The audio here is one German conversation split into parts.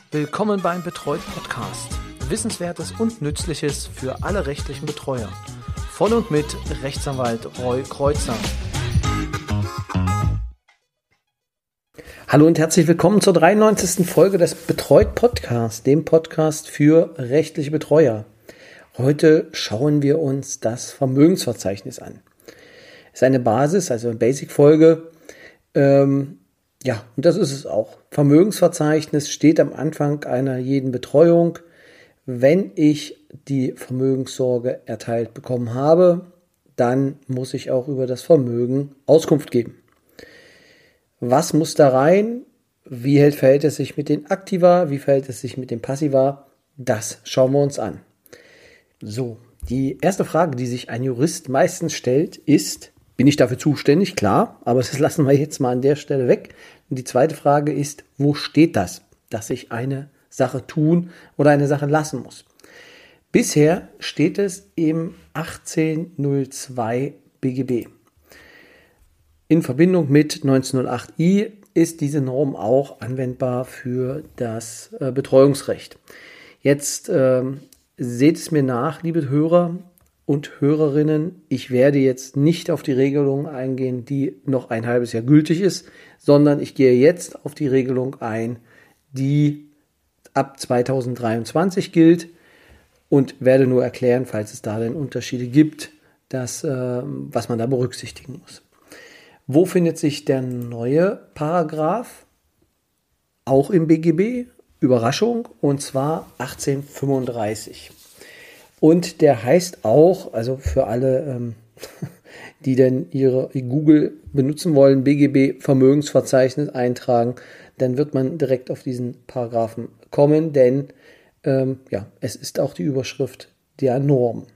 Willkommen beim Betreut Podcast. Wissenswertes und Nützliches für alle rechtlichen Betreuer. Von und mit Rechtsanwalt Roy Kreuzer. Hallo und herzlich willkommen zur 93. Folge des Betreut Podcasts, dem Podcast für rechtliche Betreuer. Heute schauen wir uns das Vermögensverzeichnis an. Es ist eine Basis, also eine Basic-Folge. Ja, und das ist es auch. Vermögensverzeichnis steht am Anfang einer jeden Betreuung. Wenn ich die Vermögenssorge erteilt bekommen habe, dann muss ich auch über das Vermögen Auskunft geben. Was muss da rein? Wie verhält es sich mit den Aktiva? Wie verhält es sich mit den Passiva? Das schauen wir uns an. So, die erste Frage, die sich ein Jurist meistens stellt, ist: Bin ich dafür zuständig? Klar, aber das lassen wir jetzt mal an der Stelle weg. Und die zweite Frage ist: Wo steht das, dass ich eine Sache tun oder eine Sache lassen muss? Bisher steht es im 1802 BGB. In Verbindung mit 1908i ist diese Norm auch anwendbar für das Betreuungsrecht. Jetzt seht es mir nach, liebe Hörer und Hörerinnen, ich werde jetzt nicht auf die Regelung eingehen, die noch ein halbes Jahr gültig ist, sondern ich gehe jetzt auf die Regelung ein, die ab 2023 gilt und werde nur erklären, falls es da denn Unterschiede gibt, was man da berücksichtigen muss. Wo findet sich der neue Paragraph? Auch im BGB, Überraschung, und zwar 1835. Und der heißt auch, also für alle, die denn ihre Google benutzen wollen, BGB Vermögensverzeichnis eintragen, dann wird man direkt auf diesen Paragraphen kommen, denn es ist auch die Überschrift der Norm.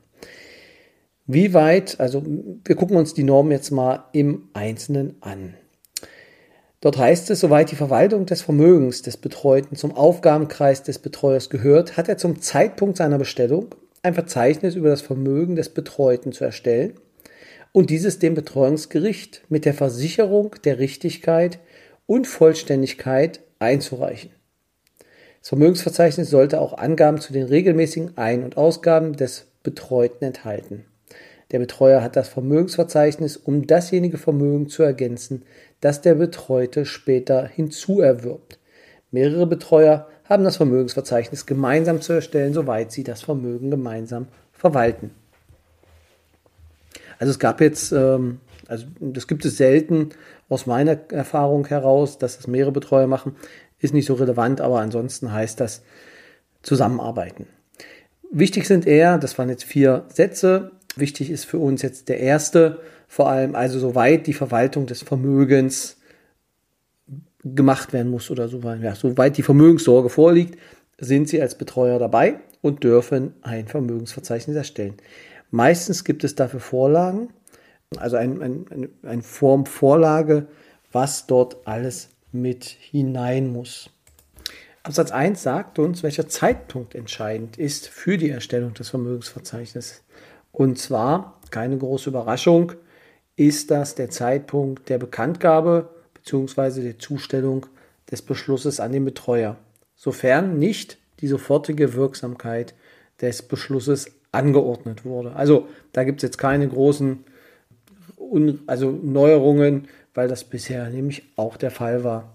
Wie weit, also wir gucken uns die Norm jetzt mal im Einzelnen an. Dort heißt es: Soweit die Verwaltung des Vermögens des Betreuten zum Aufgabenkreis des Betreuers gehört, hat er zum Zeitpunkt seiner Bestellung ein Verzeichnis über das Vermögen des Betreuten zu erstellen und dieses dem Betreuungsgericht mit der Versicherung der Richtigkeit und Vollständigkeit einzureichen. Das Vermögensverzeichnis sollte auch Angaben zu den regelmäßigen Ein- und Ausgaben des Betreuten enthalten. Der Betreuer hat das Vermögensverzeichnis, um dasjenige Vermögen zu ergänzen, das der Betreute später hinzuerwirbt. Mehrere Betreuer haben das Vermögensverzeichnis gemeinsam zu erstellen, soweit sie das Vermögen gemeinsam verwalten. Also es gab jetzt, das gibt es selten aus meiner Erfahrung heraus, dass das mehrere Betreuer machen, ist nicht so relevant, aber ansonsten heißt das zusammenarbeiten. Wichtig sind eher, das waren jetzt 4 Sätze, wichtig ist für uns jetzt der erste, vor allem also soweit die Verwaltung des Vermögens gemacht werden muss oder soweit die Vermögenssorge vorliegt, sind Sie als Betreuer dabei und dürfen ein Vermögensverzeichnis erstellen. Meistens gibt es dafür Vorlagen, also eine Formvorlage, was dort alles mit hinein muss. Absatz 1 sagt uns, welcher Zeitpunkt entscheidend ist für die Erstellung des Vermögensverzeichnisses. Und zwar, keine große Überraschung, ist das der Zeitpunkt der Bekanntgabe bzw. der Zustellung des Beschlusses an den Betreuer, sofern nicht die sofortige Wirksamkeit des Beschlusses angeordnet wurde. Also da gibt es jetzt keine großen Neuerungen, weil das bisher nämlich auch der Fall war.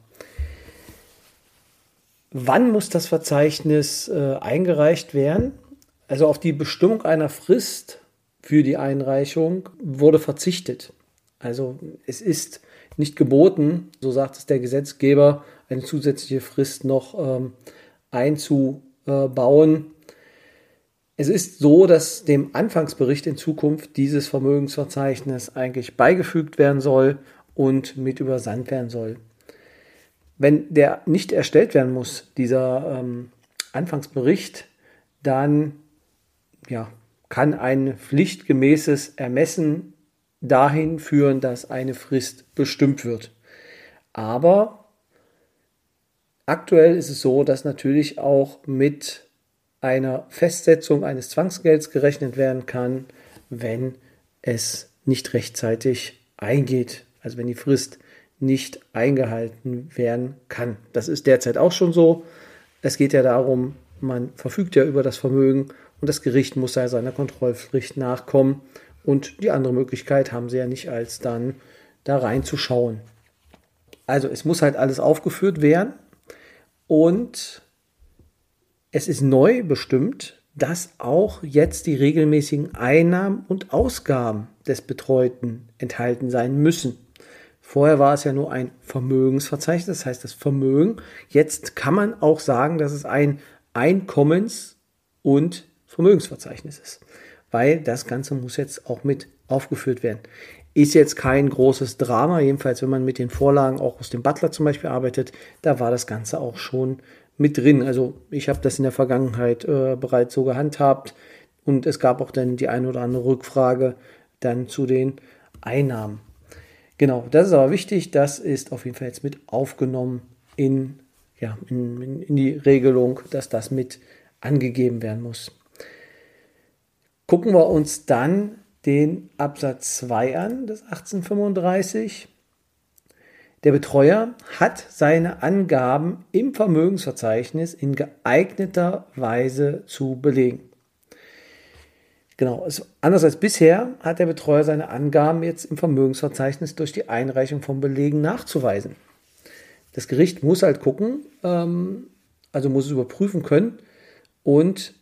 Wann muss das Verzeichnis eingereicht werden? Also auf die Bestimmung einer Frist für die Einreichung wurde verzichtet. Also es ist nicht geboten, so sagt es der Gesetzgeber, eine zusätzliche Frist noch einzubauen. Es ist so, dass dem Anfangsbericht in Zukunft dieses Vermögensverzeichnis eigentlich beigefügt werden soll und mit übersandt werden soll. Wenn der nicht erstellt werden muss, dieser Anfangsbericht, dann kann ein pflichtgemäßes Ermessen dahin führen, dass eine Frist bestimmt wird. Aber aktuell ist es so, dass natürlich auch mit einer Festsetzung eines Zwangsgelds gerechnet werden kann, wenn es nicht rechtzeitig eingeht, also wenn die Frist nicht eingehalten werden kann. Das ist derzeit auch schon so. Es geht ja darum, man verfügt ja über das Vermögen und das Gericht muss ja seiner Kontrollpflicht nachkommen. Und die andere Möglichkeit haben sie ja nicht, als dann da reinzuschauen. Also es muss halt alles aufgeführt werden und es ist neu bestimmt, dass auch jetzt die regelmäßigen Einnahmen und Ausgaben des Betreuten enthalten sein müssen. Vorher war es ja nur ein Vermögensverzeichnis, das heißt das Vermögen. Jetzt kann man auch sagen, dass es ein Einkommens- und Vermögensverzeichnis ist, weil das Ganze muss jetzt auch mit aufgeführt werden. Ist jetzt kein großes Drama, jedenfalls wenn man mit den Vorlagen auch aus dem Butler zum Beispiel arbeitet, da war das Ganze auch schon mit drin. Also ich habe das in der Vergangenheit bereits so gehandhabt und es gab auch dann die eine oder andere Rückfrage dann zu den Einnahmen. Genau, das ist aber wichtig, das ist auf jeden Fall jetzt mit aufgenommen in die Regelung, dass das mit angegeben werden muss. Gucken wir uns dann den Absatz 2 an, des 1835. Der Betreuer hat seine Angaben im Vermögensverzeichnis in geeigneter Weise zu belegen. Genau, anders als bisher hat der Betreuer seine Angaben jetzt im Vermögensverzeichnis durch die Einreichung von Belegen nachzuweisen. Das Gericht muss halt gucken, also muss es überprüfen können und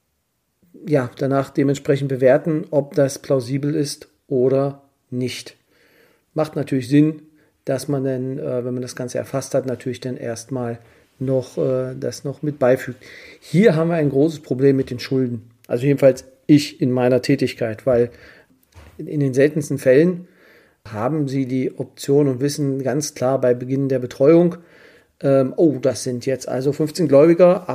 ja, danach dementsprechend bewerten, ob das plausibel ist oder nicht. Macht natürlich Sinn, dass man dann, wenn man das Ganze erfasst hat, natürlich dann erstmal noch das noch mit beifügt. Hier haben wir ein großes Problem mit den Schulden. Also jedenfalls ich in meiner Tätigkeit, weil in den seltensten Fällen haben Sie die Option und wissen ganz klar bei Beginn der Betreuung, das sind jetzt also 15 Gläubiger,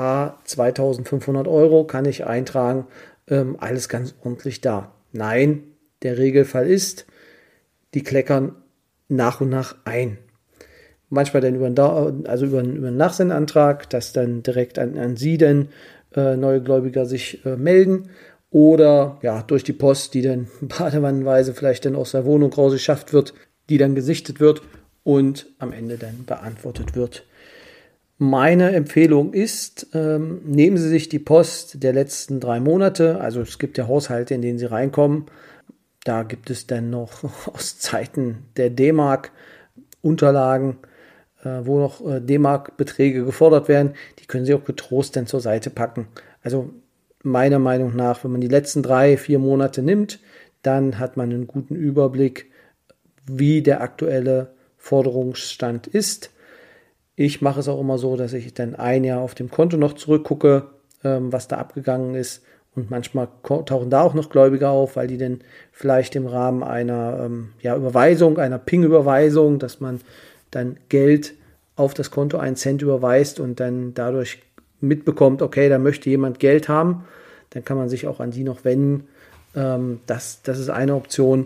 2.500 Euro kann ich eintragen, alles ganz ordentlich da. Nein, der Regelfall ist, die kleckern nach und nach ein. Manchmal dann über einen Nachsendeantrag, dass dann direkt an Sie dann neue Gläubiger sich melden. Oder ja, durch die Post, die dann badewannenweise vielleicht dann aus der Wohnung rausgeschafft wird, die dann gesichtet wird und am Ende dann beantwortet wird. Meine Empfehlung ist, nehmen Sie sich die Post der letzten 3 Monate, also es gibt ja Haushalte, in denen Sie reinkommen, da gibt es dann noch aus Zeiten der D-Mark Unterlagen, wo noch D-Mark-Beträge gefordert werden, die können Sie auch getrost dann zur Seite packen. Also meiner Meinung nach, wenn man die letzten 3-4 Monate nimmt, dann hat man einen guten Überblick, wie der aktuelle Forderungsstand ist. Ich mache es auch immer so, dass ich dann ein Jahr auf dem Konto noch zurückgucke, was da abgegangen ist. Und manchmal tauchen da auch noch Gläubiger auf, weil die dann vielleicht im Rahmen einer Überweisung, einer Ping-Überweisung, dass man dann Geld auf das Konto 1 Cent überweist und dann dadurch mitbekommt, okay, da möchte jemand Geld haben, dann kann man sich auch an die noch wenden. Das ist eine Option.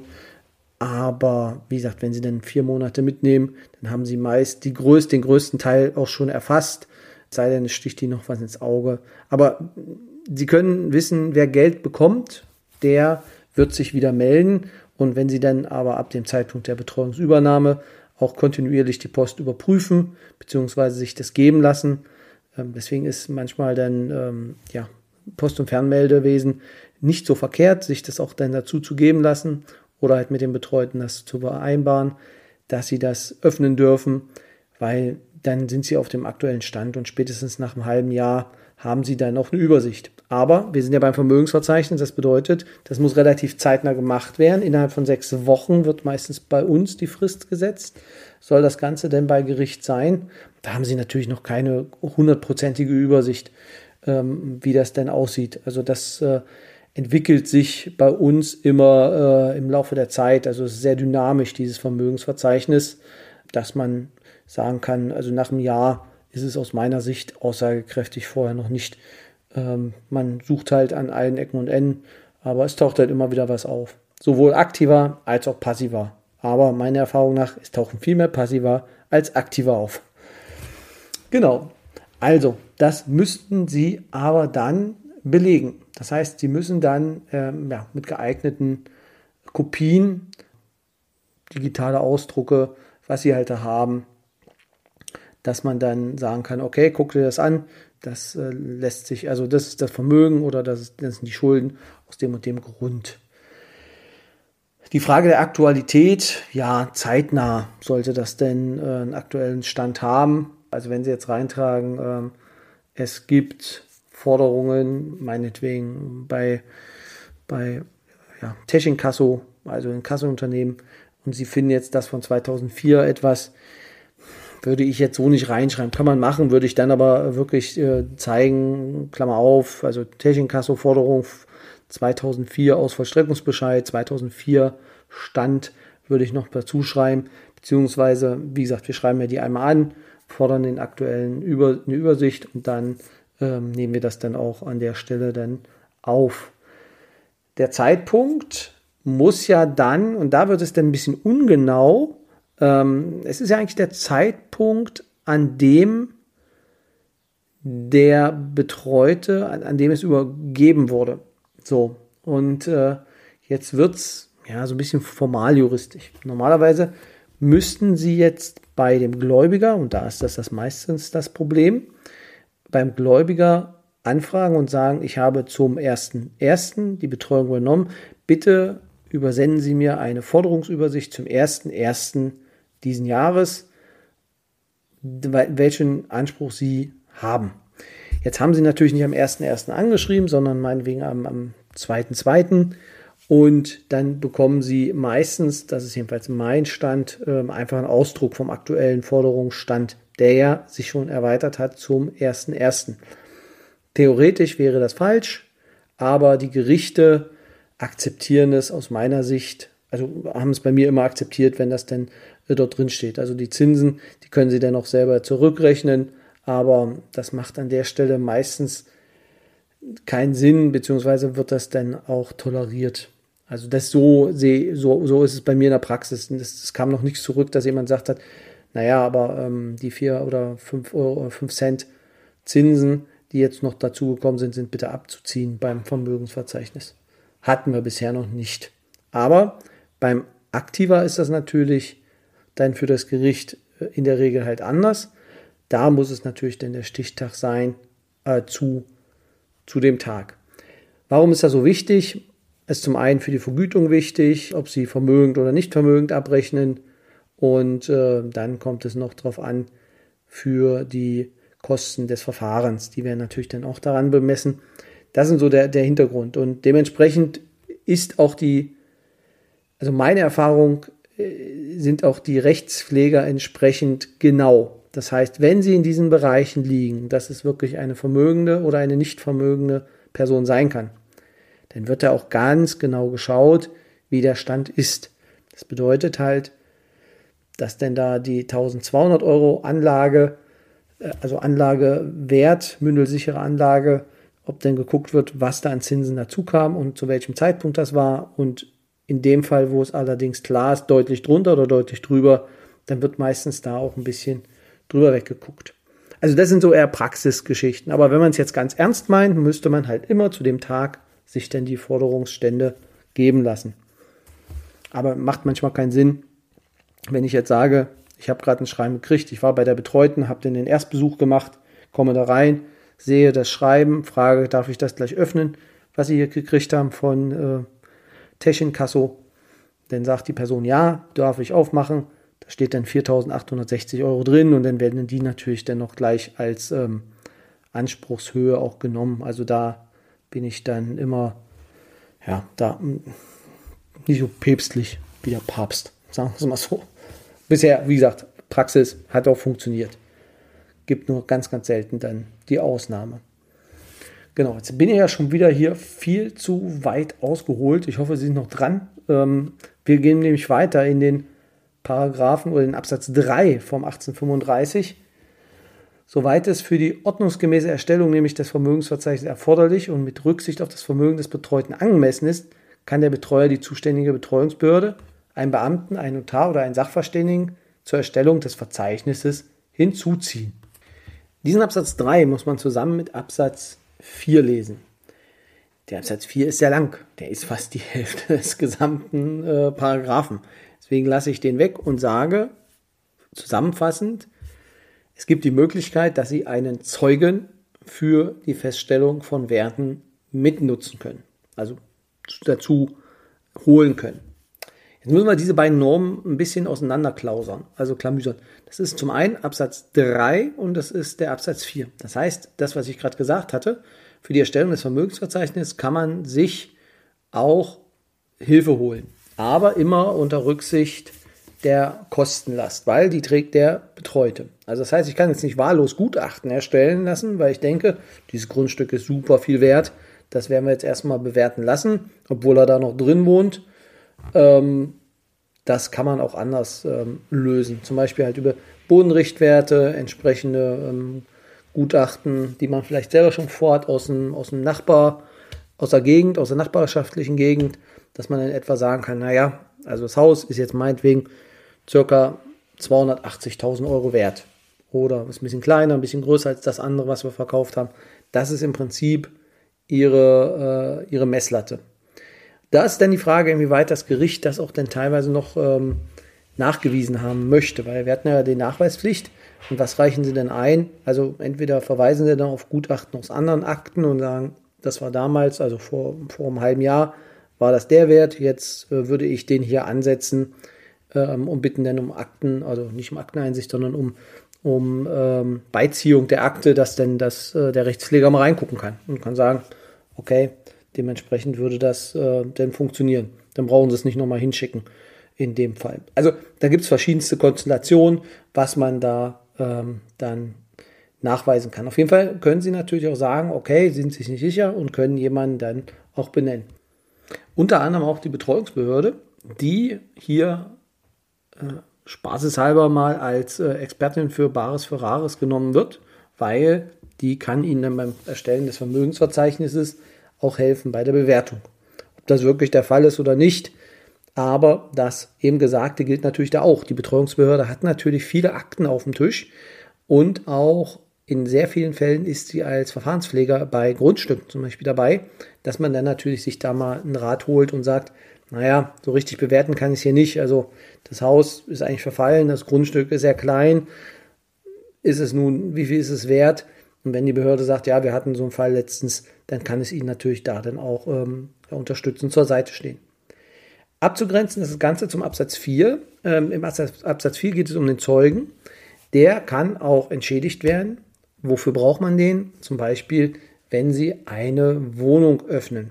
Aber wie gesagt, wenn Sie dann 4 Monate mitnehmen, dann haben Sie meist den größten Teil auch schon erfasst. Es sei denn, es sticht Ihnen noch was ins Auge. Aber Sie können wissen, wer Geld bekommt, der wird sich wieder melden. Und wenn Sie dann aber ab dem Zeitpunkt der Betreuungsübernahme auch kontinuierlich die Post überprüfen, beziehungsweise sich das geben lassen, deswegen ist manchmal dann Post- und Fernmeldewesen nicht so verkehrt, sich das auch dann dazu zu geben lassen oder halt mit dem Betreuten das zu vereinbaren, dass sie das öffnen dürfen, weil dann sind sie auf dem aktuellen Stand und spätestens nach einem halben Jahr haben sie dann noch eine Übersicht. Aber wir sind ja beim Vermögensverzeichnis, das bedeutet, das muss relativ zeitnah gemacht werden. Innerhalb von 6 Wochen wird meistens bei uns die Frist gesetzt. Soll das Ganze denn bei Gericht sein? Da haben Sie natürlich noch keine 100%ige Übersicht, wie das denn aussieht. Also das entwickelt sich bei uns immer im Laufe der Zeit. Also es ist sehr dynamisch, dieses Vermögensverzeichnis, dass man sagen kann, also nach einem Jahr ist es aus meiner Sicht aussagekräftig, vorher noch nicht. Man sucht halt an allen Ecken und Enden, aber es taucht halt immer wieder was auf. Sowohl aktiver als auch passiver. Aber meiner Erfahrung nach, es tauchen viel mehr passiver als aktiver auf. Genau. Also, das müssten Sie aber dann belegen. Das heißt, Sie müssen dann mit geeigneten Kopien, digitale Ausdrucke, was Sie halt da haben, dass man dann sagen kann, okay, guck dir das an, das lässt sich, also das ist das Vermögen oder das sind die Schulden aus dem und dem Grund. Die Frage der Aktualität, ja, zeitnah sollte das denn einen aktuellen Stand haben. Also wenn Sie jetzt reintragen, es gibt Forderungen, meinetwegen bei Tech-Inkasso, also Inkassounternehmen, und Sie finden jetzt das von 2004 etwas, würde ich jetzt so nicht reinschreiben. Kann man machen, würde ich dann aber wirklich zeigen, Klammer auf, also Tech-Inkasso-Forderung 2004 aus Vollstreckungsbescheid, 2004 Stand würde ich noch dazu schreiben, beziehungsweise, wie gesagt, wir schreiben ja die einmal an, fordern den aktuellen eine Übersicht und dann nehmen wir das dann auch an der Stelle dann auf. Der Zeitpunkt muss ja dann, und da wird es dann ein bisschen ungenau, es ist ja eigentlich der Zeitpunkt, an dem der Betreute, an dem es übergeben wurde. So, und jetzt wird es ja so ein bisschen formal juristisch. Normalerweise müssten Sie jetzt bei dem Gläubiger, und da ist das meistens das Problem, beim Gläubiger anfragen und sagen, ich habe zum 1.1. die Betreuung übernommen, bitte übersenden Sie mir eine Forderungsübersicht zum 1.1. diesen Jahres, welchen Anspruch Sie haben. Jetzt haben Sie natürlich nicht am 1.1. angeschrieben, sondern meinetwegen am 2.2. Und dann bekommen Sie meistens, das ist jedenfalls mein Stand, einfach einen Ausdruck vom aktuellen Forderungsstand, der ja sich schon erweitert hat zum 1.1. Theoretisch wäre das falsch, aber die Gerichte akzeptieren es aus meiner Sicht, also haben es bei mir immer akzeptiert, wenn das denn dort drin steht. Also die Zinsen, die können Sie dann auch selber zurückrechnen, aber das macht an der Stelle meistens keinen Sinn, beziehungsweise wird das dann auch toleriert. Also das so ist es bei mir in der Praxis. Das kam noch nicht zurück, dass jemand sagt hat, naja, aber die 4 oder 5 Euro oder 5 Cent Zinsen, die jetzt noch dazugekommen sind bitte abzuziehen beim Vermögensverzeichnis. Hatten wir bisher noch nicht. Aber beim Aktiva ist das natürlich dann für das Gericht in der Regel halt anders. Da muss es natürlich dann der Stichtag sein zu dem Tag. Warum ist das so wichtig? Es ist zum einen für die Vergütung wichtig, ob Sie vermögend oder nicht vermögend abrechnen. Und dann kommt es noch darauf an, für die Kosten des Verfahrens. Die werden natürlich dann auch daran bemessen. Das ist so der Hintergrund. Und dementsprechend ist auch also meine Erfahrung, sind auch die Rechtspfleger entsprechend genau. Das heißt, wenn sie in diesen Bereichen liegen, dass es wirklich eine vermögende oder eine nicht vermögende Person sein kann, dann wird da auch ganz genau geschaut, wie der Stand ist. Das bedeutet halt, dass denn da die 1.200 Euro Anlage, also Anlagewert, mündelsichere Anlage, ob denn geguckt wird, was da an Zinsen dazu kam und zu welchem Zeitpunkt das war. Und in dem Fall, wo es allerdings klar ist, deutlich drunter oder deutlich drüber, dann wird meistens da auch ein bisschen drüber weggeguckt. Also das sind so eher Praxisgeschichten. Aber wenn man es jetzt ganz ernst meint, müsste man halt immer zu dem Tag sich dann die Forderungsstände geben lassen. Aber macht manchmal keinen Sinn, wenn ich jetzt sage, ich habe gerade ein Schreiben gekriegt, ich war bei der Betreuten, habe den Erstbesuch gemacht, komme da rein, sehe das Schreiben, frage, darf ich das gleich öffnen, was Sie hier gekriegt haben von Tech-Inkasso? Dann sagt die Person, ja, darf ich aufmachen. Da steht dann 4.860 Euro drin und dann werden die natürlich dann noch gleich als Anspruchshöhe auch genommen. Also da bin ich dann immer, ja, da nicht so päpstlich wie der Papst, sagen wir es mal so. Bisher, wie gesagt, Praxis hat auch funktioniert. Gibt nur ganz, ganz selten dann die Ausnahme. Genau, jetzt bin ich ja schon wieder hier viel zu weit ausgeholt. Ich hoffe, Sie sind noch dran. Wir gehen nämlich weiter in den Paragraphen oder den Absatz 3 vom 1835. Soweit es für die ordnungsgemäße Erstellung nämlich des Vermögensverzeichnisses erforderlich und mit Rücksicht auf das Vermögen des Betreuten angemessen ist, kann der Betreuer die zuständige Betreuungsbehörde, einen Beamten, einen Notar oder einen Sachverständigen zur Erstellung des Verzeichnisses hinzuziehen. Diesen Absatz 3 muss man zusammen mit Absatz 4 lesen. Der Absatz 4 ist sehr lang. Der ist fast die Hälfte des gesamten Paragraphen. Deswegen lasse ich den weg und sage zusammenfassend, es gibt die Möglichkeit, dass Sie einen Zeugen für die Feststellung von Werten mitnutzen können, also dazu holen können. Jetzt müssen wir diese beiden Normen ein bisschen auseinanderklausern, also klamüsern. Das ist zum einen Absatz 3 und das ist der Absatz 4. Das heißt, das, was ich gerade gesagt hatte, für die Erstellung des Vermögensverzeichnisses kann man sich auch Hilfe holen, aber immer unter Rücksicht der Kostenlast, weil die trägt der Betreute. Also das heißt, ich kann jetzt nicht wahllos Gutachten erstellen lassen, weil ich denke, dieses Grundstück ist super viel wert. Das werden wir jetzt erstmal bewerten lassen, obwohl er da noch drin wohnt. Das kann man auch anders lösen. Zum Beispiel halt über Bodenrichtwerte, entsprechende Gutachten, die man vielleicht selber schon vorhat aus der Gegend, aus der nachbarschaftlichen Gegend, dass man in etwa sagen kann, naja, also das Haus ist jetzt meinetwegen ca. 280.000 Euro wert. Oder ist ein bisschen kleiner, ein bisschen größer als das andere, was wir verkauft haben. Das ist im Prinzip ihre Messlatte. Da ist dann die Frage, inwieweit das Gericht das auch dann teilweise noch nachgewiesen haben möchte, weil wir hatten ja die Nachweispflicht. Und was reichen sie denn ein? Also entweder verweisen sie dann auf Gutachten aus anderen Akten und sagen, das war damals, also vor einem halben Jahr, war das der Wert, jetzt würde ich den hier ansetzen und bitten dann um Akten, also nicht um Akteneinsicht, sondern um Beiziehung der Akte, dass dann der Rechtspfleger mal reingucken kann und kann sagen, okay, dementsprechend würde das dann funktionieren. Dann brauchen sie es nicht nochmal hinschicken in dem Fall. Also da gibt es verschiedenste Konstellationen, was man da dann nachweisen kann. Auf jeden Fall können Sie natürlich auch sagen, okay, sind sich nicht sicher und können jemanden dann auch benennen. Unter anderem auch die Betreuungsbehörde, die hier spaßeshalber mal als Expertin für Bares für Rares genommen wird, weil die kann Ihnen dann beim Erstellen des Vermögensverzeichnisses auch helfen bei der Bewertung. Ob das wirklich der Fall ist oder nicht, aber das eben Gesagte gilt natürlich da auch. Die Betreuungsbehörde hat natürlich viele Akten auf dem Tisch und auch in sehr vielen Fällen ist sie als Verfahrenspfleger bei Grundstücken zum Beispiel dabei, dass man dann natürlich sich da mal einen Rat holt und sagt, naja, so richtig bewerten kann ich es hier nicht. Also das Haus ist eigentlich verfallen, das Grundstück ist sehr klein. Ist es nun, wie viel ist es wert? Und wenn die Behörde sagt, ja, wir hatten so einen Fall letztens, dann kann es Ihnen natürlich da dann auch unterstützend zur Seite stehen. Abzugrenzen ist das Ganze zum Absatz 4. Im Absatz 4 geht es um den Zeugen. Der kann auch entschädigt werden. Wofür braucht man den? Zum Beispiel, wenn Sie eine Wohnung öffnen.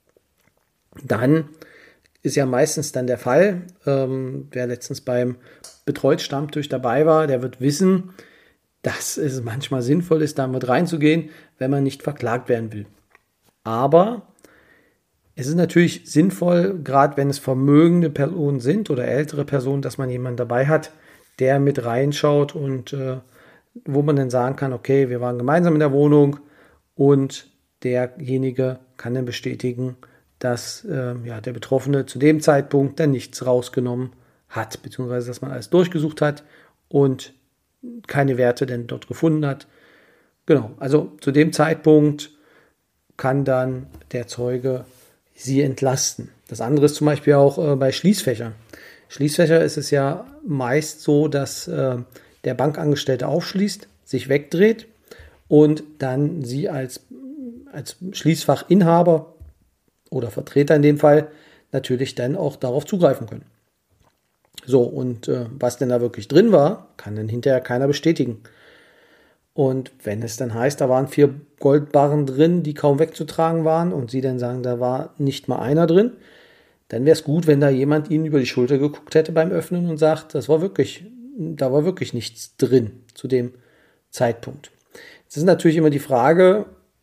Dann ist ja meistens dann der Fall, wer letztens beim Betreut-Stammtisch dabei war, der wird wissen, dass es manchmal sinnvoll ist, da mit reinzugehen, wenn man nicht verklagt werden will. Aber es ist natürlich sinnvoll, gerade wenn es vermögende Personen sind oder ältere Personen, dass man jemanden dabei hat, der mit reinschaut und wo man dann sagen kann, okay, wir waren gemeinsam in der Wohnung und derjenige kann dann bestätigen, dass der Betroffene zu dem Zeitpunkt dann nichts rausgenommen hat, beziehungsweise dass man alles durchgesucht hat und keine Werte denn dort gefunden hat. Genau, also zu dem Zeitpunkt kann dann der Zeuge sie entlasten. Das andere ist zum Beispiel auch bei Schließfächern. Schließfächer ist es ja meist so, dass der Bankangestellte aufschließt, sich wegdreht und dann sie als Schließfachinhaber oder Vertreter in dem Fall natürlich dann auch darauf zugreifen können. So, und was denn da wirklich drin war, kann dann hinterher keiner bestätigen. Und wenn es dann heißt, da waren 4 Goldbarren drin, die kaum wegzutragen waren und sie dann sagen, da war nicht mal einer drin, dann wäre es gut, wenn da jemand ihnen über die Schulter geguckt hätte beim Öffnen und sagt, da war wirklich nichts drin zu dem Zeitpunkt. Es ist natürlich immer die Frage,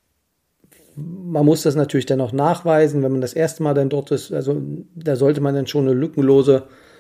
man muss das natürlich dann auch nachweisen, wenn man das erste Mal dann dort ist, also da sollte man dann schon eine lückenlose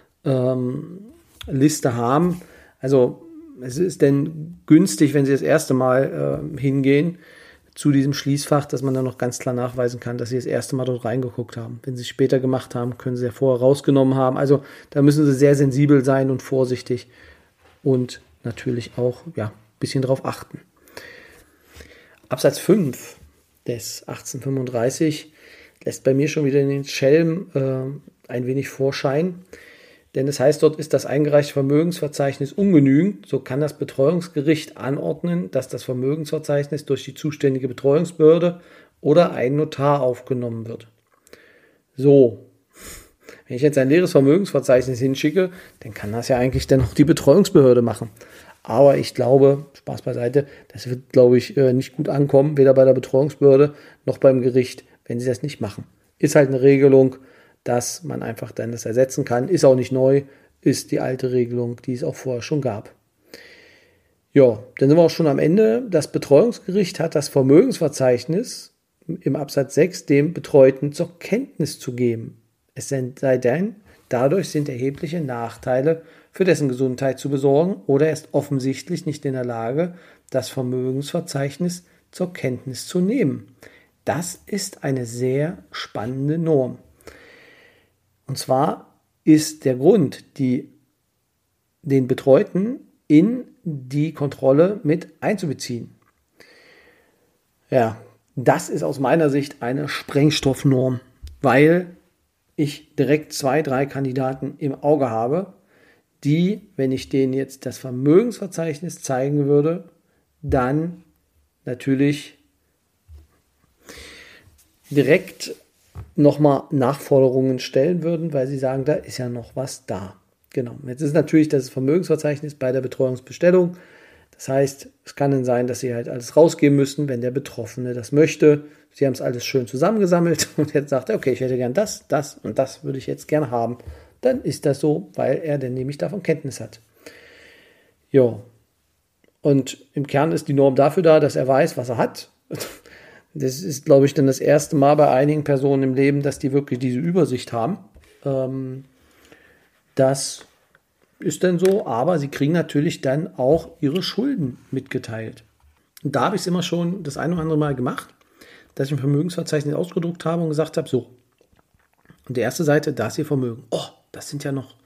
Liste haben. Also es ist denn günstig, wenn Sie das erste Mal hingehen zu diesem Schließfach, dass man dann noch ganz klar nachweisen kann, dass Sie das erste Mal dort reingeguckt haben. Wenn Sie es später gemacht haben, können Sie ja vorher rausgenommen haben. Also da müssen Sie sehr sensibel sein und vorsichtig und natürlich auch ein bisschen drauf achten. Absatz 5 des 1835 lässt bei mir schon wieder den Schelm ein wenig vorscheinen. denn es heißt, dort ist das eingereichte Vermögensverzeichnis ungenügend. So kann das Betreuungsgericht anordnen, dass das Vermögensverzeichnis durch die zuständige Betreuungsbehörde oder einen Notar aufgenommen wird. So, wenn ich jetzt ein leeres Vermögensverzeichnis hinschicke, dann kann das ja eigentlich dann auch die Betreuungsbehörde machen. Aber ich glaube, Spaß beiseite, das wird, glaube ich, nicht gut ankommen, weder bei der Betreuungsbehörde noch beim Gericht, wenn sie das nicht machen. Ist halt eine Regelung, dass man einfach dann das ersetzen kann. Ist auch nicht neu, ist die alte Regelung, die es auch vorher schon gab. Ja, dann sind wir auch schon am Ende. Das Betreuungsgericht hat das Vermögensverzeichnis im Absatz 6 dem Betreuten zur Kenntnis zu geben. Es sei denn, dadurch sind erhebliche Nachteile für dessen Gesundheit zu besorgen oder er ist offensichtlich nicht in der Lage, das Vermögensverzeichnis zur Kenntnis zu nehmen. Das ist eine sehr spannende Norm. Und zwar ist der Grund, den Betreuten in die Kontrolle mit einzubeziehen. Ja, das ist aus meiner Sicht eine Sprengstoffnorm, weil ich direkt 2, 3 Kandidaten im Auge habe, die, wenn ich denen jetzt das Vermögensverzeichnis zeigen würde, dann natürlich direkt nochmal Nachforderungen stellen würden, weil sie sagen, da ist ja noch was da. Genau. Jetzt ist natürlich das Vermögensverzeichnis bei der Betreuungsbestellung. Das heißt, es kann dann sein, dass sie halt alles rausgeben müssen, wenn der Betroffene das möchte. Sie haben es alles schön zusammengesammelt und jetzt sagt er, okay, ich hätte gern das, das und das würde ich jetzt gerne haben. Dann ist das so, weil er dann nämlich davon Kenntnis hat. Ja. Und im Kern ist die Norm dafür da, dass er weiß, was er hat. Das ist, glaube ich, dann das erste Mal bei einigen Personen im Leben, dass die wirklich diese Übersicht haben. Das ist dann so, aber sie kriegen natürlich dann auch ihre Schulden mitgeteilt. Und da habe ich es immer schon das ein oder andere Mal gemacht, dass ich ein Vermögensverzeichnis ausgedruckt habe und gesagt habe, so, und die erste Seite, da ist ihr Vermögen. Oh, da ist ja noch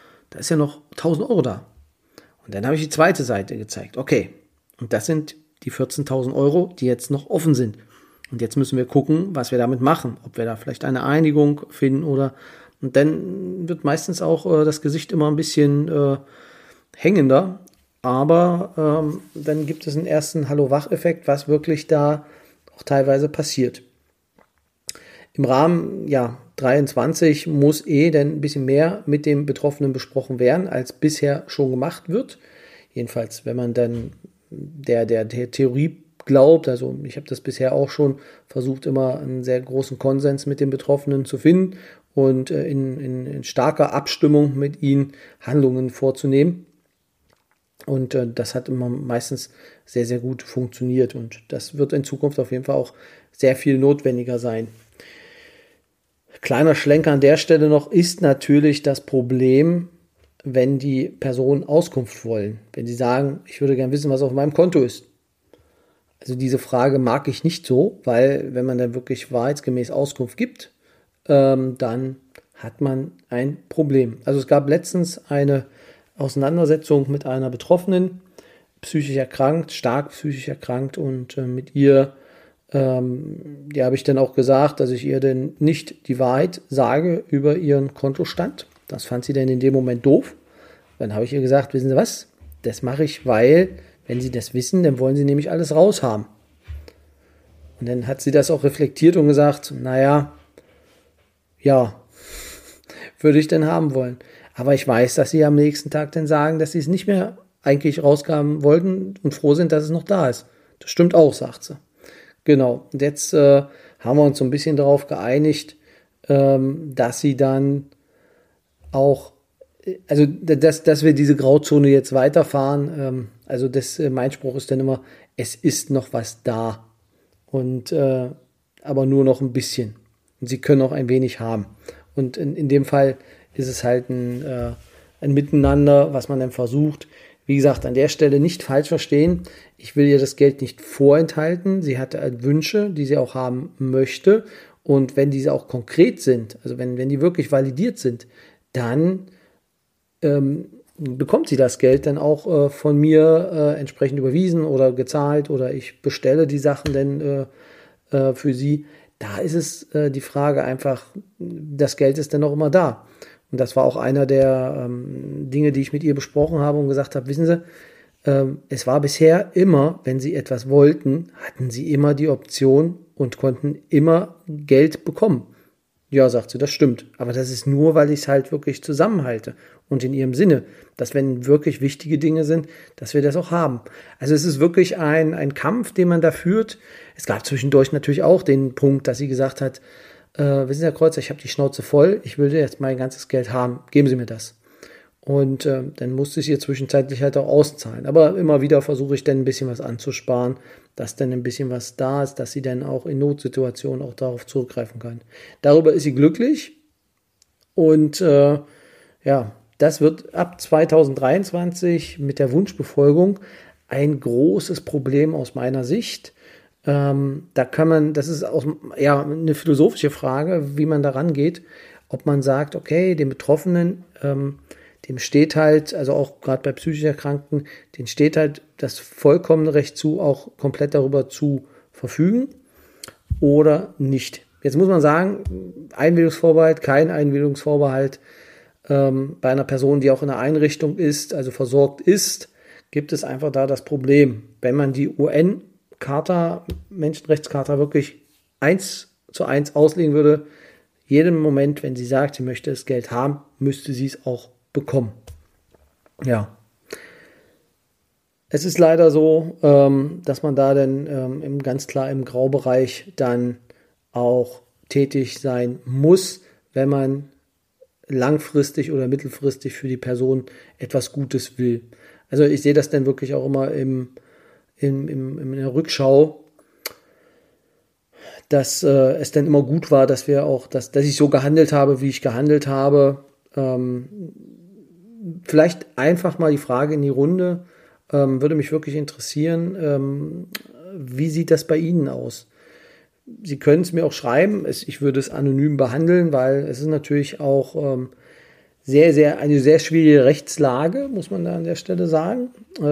1.000 Euro da. Und dann habe ich die zweite Seite gezeigt. Okay, und das sind die 14.000 Euro, die jetzt noch offen sind. Und jetzt müssen wir gucken, was wir damit machen. Ob wir da vielleicht eine Einigung finden oder... Und dann wird meistens auch das Gesicht immer ein bisschen hängender. Aber dann gibt es einen ersten Hallo-Wach-Effekt, was wirklich da auch teilweise passiert. Im Rahmen 23 muss dann ein bisschen mehr mit dem Betroffenen besprochen werden, als bisher schon gemacht wird. Jedenfalls, wenn man dann der Theorie glaubt, also ich habe das bisher auch schon versucht, immer einen sehr großen Konsens mit den Betroffenen zu finden und in starker Abstimmung mit ihnen Handlungen vorzunehmen. Und das hat immer meistens sehr, sehr gut funktioniert und das wird in Zukunft auf jeden Fall auch sehr viel notwendiger sein. Kleiner Schlenker an der Stelle noch ist natürlich das Problem, wenn die Personen Auskunft wollen. Wenn sie sagen, ich würde gerne wissen, was auf meinem Konto ist. Also diese Frage mag ich nicht so, weil wenn man dann wirklich wahrheitsgemäß Auskunft gibt, dann hat man ein Problem. Also es gab letztens eine Auseinandersetzung mit einer Betroffenen, psychisch erkrankt, stark psychisch erkrankt und mit ihr habe ich dann auch gesagt, dass ich ihr denn nicht die Wahrheit sage über ihren Kontostand. Das fand sie dann in dem Moment doof. Dann habe ich ihr gesagt, wissen Sie was, das mache ich, weil, wenn Sie das wissen, dann wollen Sie nämlich alles raushaben. Und dann hat sie das auch reflektiert und gesagt, naja, ja, würde ich denn haben wollen. Aber ich weiß, dass Sie am nächsten Tag dann sagen, dass Sie es nicht mehr eigentlich rausgaben wollten und froh sind, dass es noch da ist. Das stimmt auch, sagt sie. Genau, und jetzt haben wir uns so ein bisschen darauf geeinigt, dass sie dann auch, also dass wir diese Grauzone jetzt weiterfahren. Mein Spruch ist dann immer, es ist noch was da, und aber nur noch ein bisschen. Und sie können auch ein wenig haben. Und in dem Fall ist es halt ein Miteinander, was man dann versucht. Wie gesagt, an der Stelle nicht falsch verstehen. Ich will ihr das Geld nicht vorenthalten. Sie hat Wünsche, die sie auch haben möchte. Und wenn diese auch konkret sind, also wenn die wirklich validiert sind, dann bekommt sie das Geld dann auch von mir entsprechend überwiesen oder gezahlt oder ich bestelle die Sachen dann für sie. Da ist es die Frage einfach, das Geld ist dann auch immer da. Und das war auch einer der Dinge, die ich mit ihr besprochen habe und gesagt habe, wissen Sie, es war bisher immer, wenn Sie etwas wollten, hatten Sie immer die Option und konnten immer Geld bekommen. Ja, sagt sie, das stimmt. Aber das ist nur, weil ich es halt wirklich zusammenhalte. Und in ihrem Sinne, dass wenn wirklich wichtige Dinge sind, dass wir das auch haben. Also es ist wirklich ein Kampf, den man da führt. Es gab zwischendurch natürlich auch den Punkt, dass sie gesagt hat, wissen Sie, Herr Kreuzer, ich habe die Schnauze voll, ich will jetzt mein ganzes Geld haben, geben Sie mir das. Und dann musste ich ihr zwischenzeitlich halt auch auszahlen. Aber immer wieder versuche ich dann ein bisschen was anzusparen, dass dann ein bisschen was da ist, dass sie dann auch in Notsituationen auch darauf zurückgreifen kann. Darüber ist sie glücklich. Und ja, das wird ab 2023 mit der Wunschbefolgung ein großes Problem aus meiner Sicht. Da kann man, das ist auch ja, eine philosophische Frage, wie man da rangeht, ob man sagt, okay, den Betroffenen, dem steht halt, also auch gerade bei psychisch Erkrankten, denen steht halt das vollkommene Recht zu, auch komplett darüber zu verfügen oder nicht. Jetzt muss man sagen, Einwilligungsvorbehalt, kein Einwilligungsvorbehalt bei einer Person, die auch in einer Einrichtung ist, also versorgt ist, gibt es einfach da das Problem. Wenn man die UN-Charta, Menschenrechtscharta wirklich 1:1 auslegen würde, jeden Moment, wenn sie sagt, sie möchte das Geld haben, müsste sie es auch bekommen. Ja. Es ist leider so, dass man da dann ganz klar im Graubereich dann auch tätig sein muss, wenn man langfristig oder mittelfristig für die Person etwas Gutes will. Also ich sehe das dann wirklich auch immer in der Rückschau, dass es dann immer gut war, dass wir auch, dass ich so gehandelt habe, wie ich gehandelt habe. Vielleicht einfach mal die Frage in die Runde, würde mich wirklich interessieren, wie sieht das bei Ihnen aus? Sie können es mir auch schreiben, ich würde es anonym behandeln, weil es ist natürlich auch eine sehr schwierige Rechtslage, muss man da an der Stelle sagen,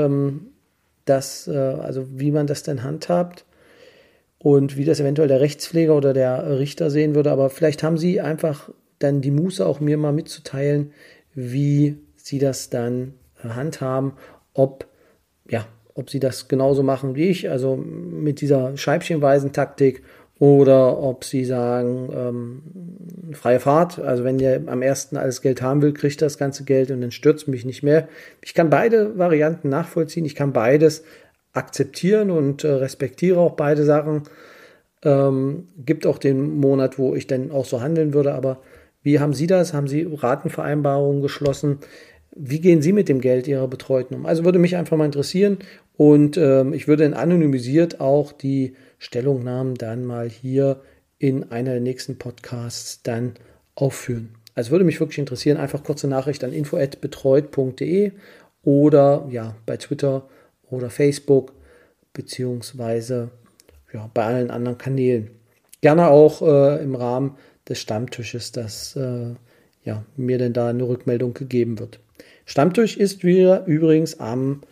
also wie man das denn handhabt und wie das eventuell der Rechtspfleger oder der Richter sehen würde, aber vielleicht haben Sie einfach dann die Muße, auch mir mal mitzuteilen, wie Sie das dann handhaben, ob Sie das genauso machen wie ich, also mit dieser scheibchenweisen Taktik, oder ob Sie sagen, freie Fahrt, also wenn ihr am 1. alles Geld haben will, kriegt das ganze Geld und dann stürzt mich nicht mehr. Ich kann beide Varianten nachvollziehen, ich kann beides akzeptieren und respektiere auch beide Sachen. Gibt auch den Monat, wo ich dann auch so handeln würde, aber wie haben Sie das? Haben Sie Ratenvereinbarungen geschlossen? Wie gehen Sie mit dem Geld Ihrer Betreuten um? Also würde mich einfach mal interessieren und ich würde dann anonymisiert auch die Stellungnahmen dann mal hier in einer der nächsten Podcasts dann aufführen. Also würde mich wirklich interessieren, einfach kurze Nachricht an info@betreut.de oder ja, bei Twitter oder Facebook beziehungsweise ja, bei allen anderen Kanälen. Gerne auch im Rahmen des Stammtisches, dass mir denn da eine Rückmeldung gegeben wird. Stammtisch ist wieder übrigens am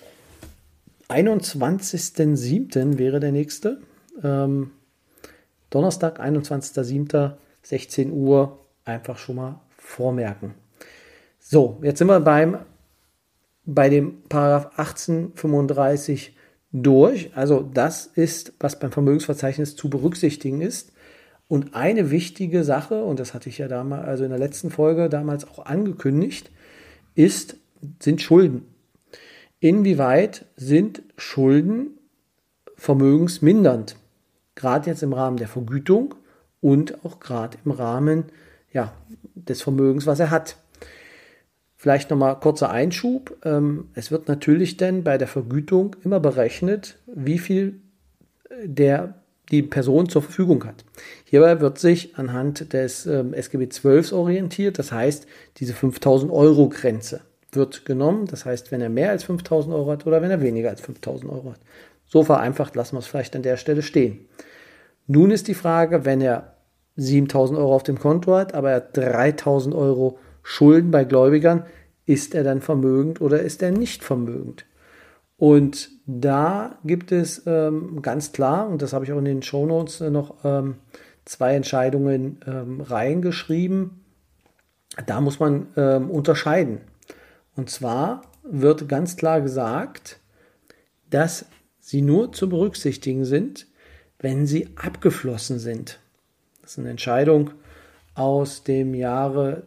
21.07. wäre der nächste. Donnerstag, 21.07., 16 Uhr, einfach schon mal vormerken. So, jetzt sind wir bei dem Paragraph 1835 durch. Also das ist, was beim Vermögensverzeichnis zu berücksichtigen ist. Und eine wichtige Sache, und das hatte ich ja damals, also in der letzten Folge damals auch angekündigt, sind Schulden. Inwieweit sind Schulden vermögensmindernd? Gerade jetzt im Rahmen der Vergütung und auch gerade im Rahmen des Vermögens, was er hat. Vielleicht nochmal kurzer Einschub. Es wird natürlich dann bei der Vergütung immer berechnet, wie viel die Person zur Verfügung hat. Hierbei wird sich anhand des SGB XII orientiert. Das heißt, diese 5.000 Euro Grenze wird genommen. Das heißt, wenn er mehr als 5.000 Euro hat oder wenn er weniger als 5.000 Euro hat. So vereinfacht lassen wir es vielleicht an der Stelle stehen. Nun ist die Frage, wenn er 7.000 Euro auf dem Konto hat, aber er hat 3.000 Euro Schulden bei Gläubigern, ist er dann vermögend oder ist er nicht vermögend? Und da gibt es ganz klar, und das habe ich auch in den Shownotes noch 2 Entscheidungen reingeschrieben. Da muss man unterscheiden. Und zwar wird ganz klar gesagt, dass sie nur zu berücksichtigen sind, wenn sie abgeflossen sind. Das ist eine Entscheidung aus dem Jahre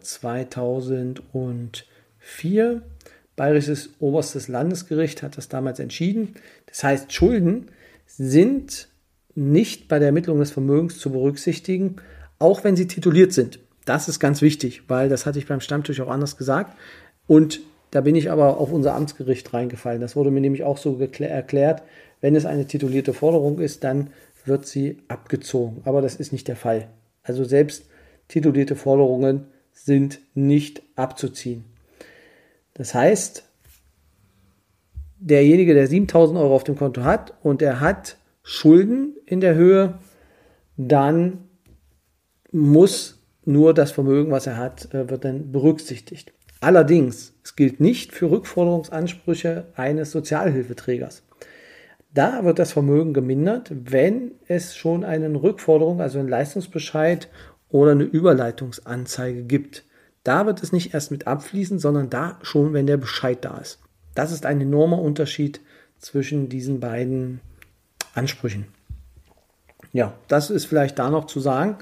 2004. Bayerisches Oberstes Landesgericht hat das damals entschieden. Das heißt, Schulden sind nicht bei der Ermittlung des Vermögens zu berücksichtigen, auch wenn sie tituliert sind. Das ist ganz wichtig, weil das hatte ich beim Stammtisch auch anders gesagt. Und da bin ich aber auf unser Amtsgericht reingefallen. Das wurde mir nämlich auch so erklärt, wenn es eine titulierte Forderung ist, dann wird sie abgezogen. Aber das ist nicht der Fall. Also selbst titulierte Forderungen sind nicht abzuziehen. Das heißt, derjenige, der 7.000 Euro auf dem Konto hat und er hat Schulden in der Höhe, dann muss nur das Vermögen, was er hat, wird dann berücksichtigt. Allerdings, es gilt nicht für Rückforderungsansprüche eines Sozialhilfeträgers. Da wird das Vermögen gemindert, wenn es schon eine Rückforderung, also einen Leistungsbescheid oder eine Überleitungsanzeige gibt. Da wird es nicht erst mit abfließen, sondern da schon, wenn der Bescheid da ist. Das ist ein enormer Unterschied zwischen diesen beiden Ansprüchen. Ja, das ist vielleicht da noch zu sagen.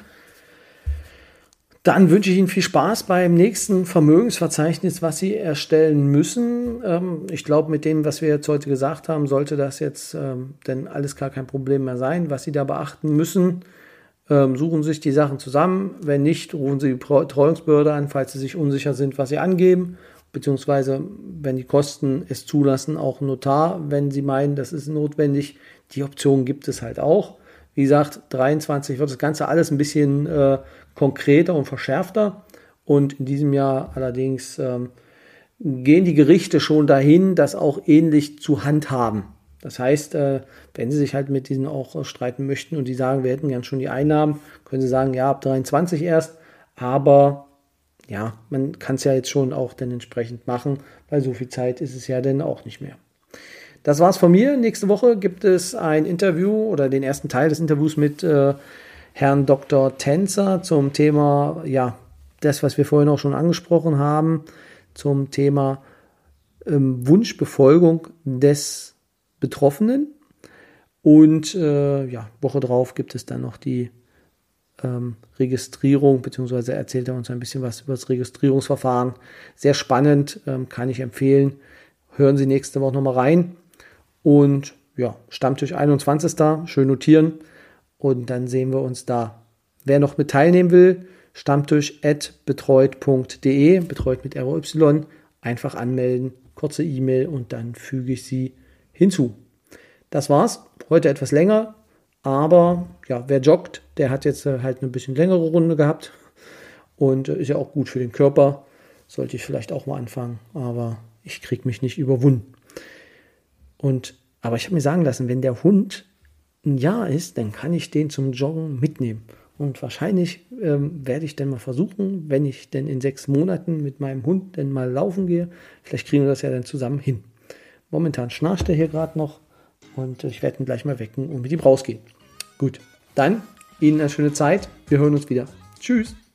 Dann wünsche ich Ihnen viel Spaß beim nächsten Vermögensverzeichnis, was Sie erstellen müssen. Ich glaube, mit dem, was wir jetzt heute gesagt haben, sollte das jetzt denn alles gar kein Problem mehr sein, was Sie da beachten müssen. Suchen Sie sich die Sachen zusammen. Wenn nicht, rufen Sie die Betreuungsbehörde an, falls Sie sich unsicher sind, was Sie angeben. Beziehungsweise, wenn die Kosten es zulassen, auch einen Notar, wenn Sie meinen, das ist notwendig. Die Option gibt es halt auch. Wie gesagt, 23 wird das Ganze alles ein bisschen konkreter und verschärfter. Und in diesem Jahr allerdings gehen die Gerichte schon dahin, das auch ähnlich zu handhaben. Das heißt, wenn Sie sich halt mit diesen auch streiten möchten und die sagen, wir hätten gern schon die Einnahmen, können Sie sagen, ja, ab 23 erst. Aber ja, man kann es ja jetzt schon auch dann entsprechend machen, weil so viel Zeit ist es ja dann auch nicht mehr. Das war's von mir. Nächste Woche gibt es ein Interview oder den ersten Teil des Interviews mit Herrn Dr. Tänzer zum Thema, ja, das, was wir vorhin auch schon angesprochen haben, zum Thema Wunschbefolgung des Betroffenen. Und Woche drauf gibt es dann noch die Registrierung, beziehungsweise erzählt er uns ein bisschen was über das Registrierungsverfahren. Sehr spannend, kann ich empfehlen. Hören Sie nächste Woche nochmal rein. Und ja, Stammtisch 21. Schön notieren. Und dann sehen wir uns da. Wer noch mit teilnehmen will, stammtisch@betreut.de, betreut mit ROY, einfach anmelden, kurze E-Mail und dann füge ich Sie hinzu. Das war's. Heute etwas länger, aber ja, wer joggt, der hat jetzt halt eine bisschen längere Runde gehabt und ist ja auch gut für den Körper. Sollte ich vielleicht auch mal anfangen, aber ich kriege mich nicht überwunden. Aber ich habe mir sagen lassen, wenn der Hund ein Jahr ist, dann kann ich den zum Joggen mitnehmen. Und wahrscheinlich werde ich dann mal versuchen, wenn ich denn in 6 Monaten mit meinem Hund dann mal laufen gehe, vielleicht kriegen wir das ja dann zusammen hin. Momentan schnarcht er hier gerade noch und ich werde ihn gleich mal wecken und mit ihm rausgehen. Gut, dann Ihnen eine schöne Zeit. Wir hören uns wieder. Tschüss.